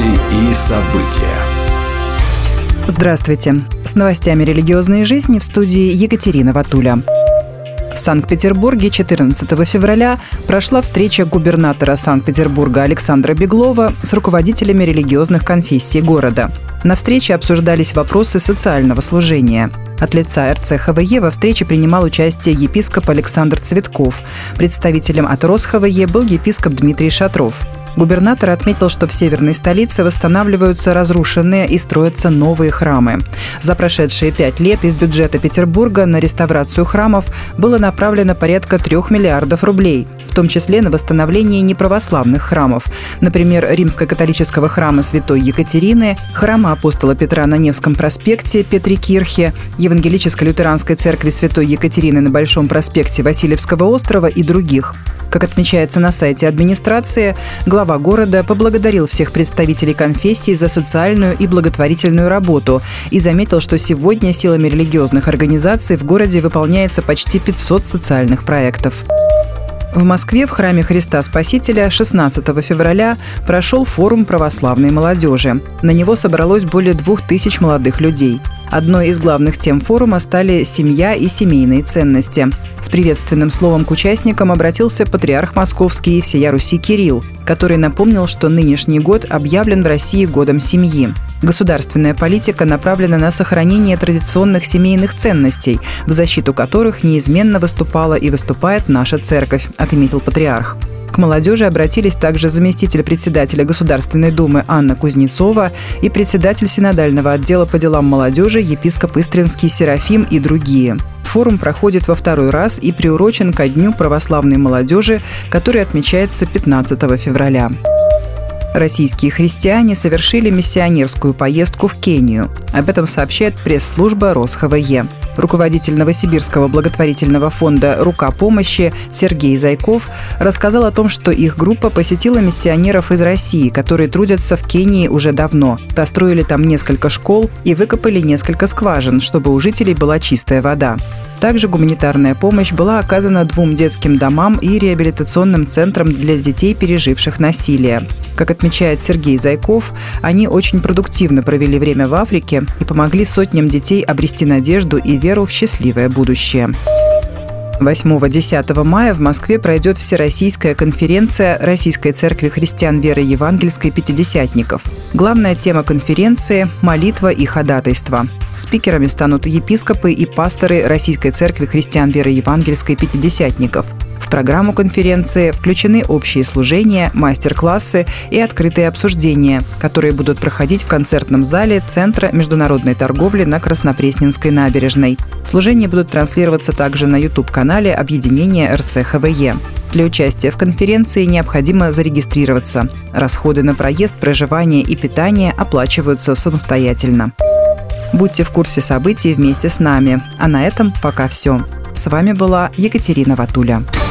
Новости и события. Здравствуйте. С новостями религиозной жизни в студии Екатерина Ватуля. В Санкт-Петербурге 14 февраля прошла встреча губернатора Санкт-Петербурга Александра Беглова с руководителями религиозных конфессий города. На встрече обсуждались вопросы социального служения. От лица РЦХВЕ во встрече принимал участие епископ Александр Цветков. Представителем от РосХВЕ был епископ Дмитрий Шатров. Губернатор отметил, что в северной столице восстанавливаются разрушенные и строятся новые храмы. За прошедшие 5 лет из бюджета Петербурга на реставрацию храмов было направлено порядка 3 миллиардов рублей, в том числе на восстановление неправославных храмов. Например, римско-католического храма Святой Екатерины, храма апостола Петра на Невском проспекте Петрикирхе, Евангелическо-лютеранской церкви Святой Екатерины на Большом проспекте Васильевского острова и других. Как отмечается на сайте администрации, глава города поблагодарил всех представителей конфессий за социальную и благотворительную работу и заметил, что сегодня силами религиозных организаций в городе выполняется почти 500 социальных проектов. В Москве в храме Христа Спасителя 16 февраля прошел форум православной молодежи. На него собралось более 2000 молодых людей. Одной из главных тем форума стали семья и семейные ценности. С приветственным словом к участникам обратился патриарх Московский и всея Руси Кирилл, который напомнил, что нынешний год объявлен в России годом семьи. Государственная политика направлена на сохранение традиционных семейных ценностей, в защиту которых неизменно выступала и выступает наша церковь, отметил патриарх. К молодежи обратились также заместитель председателя Государственной Думы Анна Кузнецова и председатель синодального отдела по делам молодежи епископ Истринский Серафим и другие. Форум проходит во второй раз и приурочен ко Дню православной молодежи, который отмечается 15 февраля. Российские христиане совершили миссионерскую поездку в Кению. Об этом сообщает пресс-служба РосХВЕ. Руководитель Новосибирского благотворительного фонда «Рука помощи» Сергей Зайков рассказал о том, что их группа посетила миссионеров из России, которые трудятся в Кении уже давно, построили там несколько школ и выкопали несколько скважин, чтобы у жителей была чистая вода. Также гуманитарная помощь была оказана 2 детским домам и реабилитационным центрам для детей, переживших насилие. Как отмечает Сергей Зайков, они очень продуктивно провели время в Африке и помогли сотням детей обрести надежду и веру в счастливое будущее. 8-10 мая в Москве пройдет Всероссийская конференция Российской Церкви Христиан Веры Евангельской Пятидесятников. Главная тема конференции – молитва и ходатайство. Спикерами станут епископы и пасторы Российской Церкви Христиан Веры Евангельской Пятидесятников. В программу конференции включены общие служения, мастер-классы и открытые обсуждения, которые будут проходить в концертном зале Центра международной торговли на Краснопресненской набережной. Служения будут транслироваться также на YouTube-канале объединения РЦХВЕ. Для участия в конференции необходимо зарегистрироваться. Расходы на проезд, проживание и питание оплачиваются самостоятельно. Будьте в курсе событий вместе с нами. А на этом пока все. С вами была Екатерина Ватуля.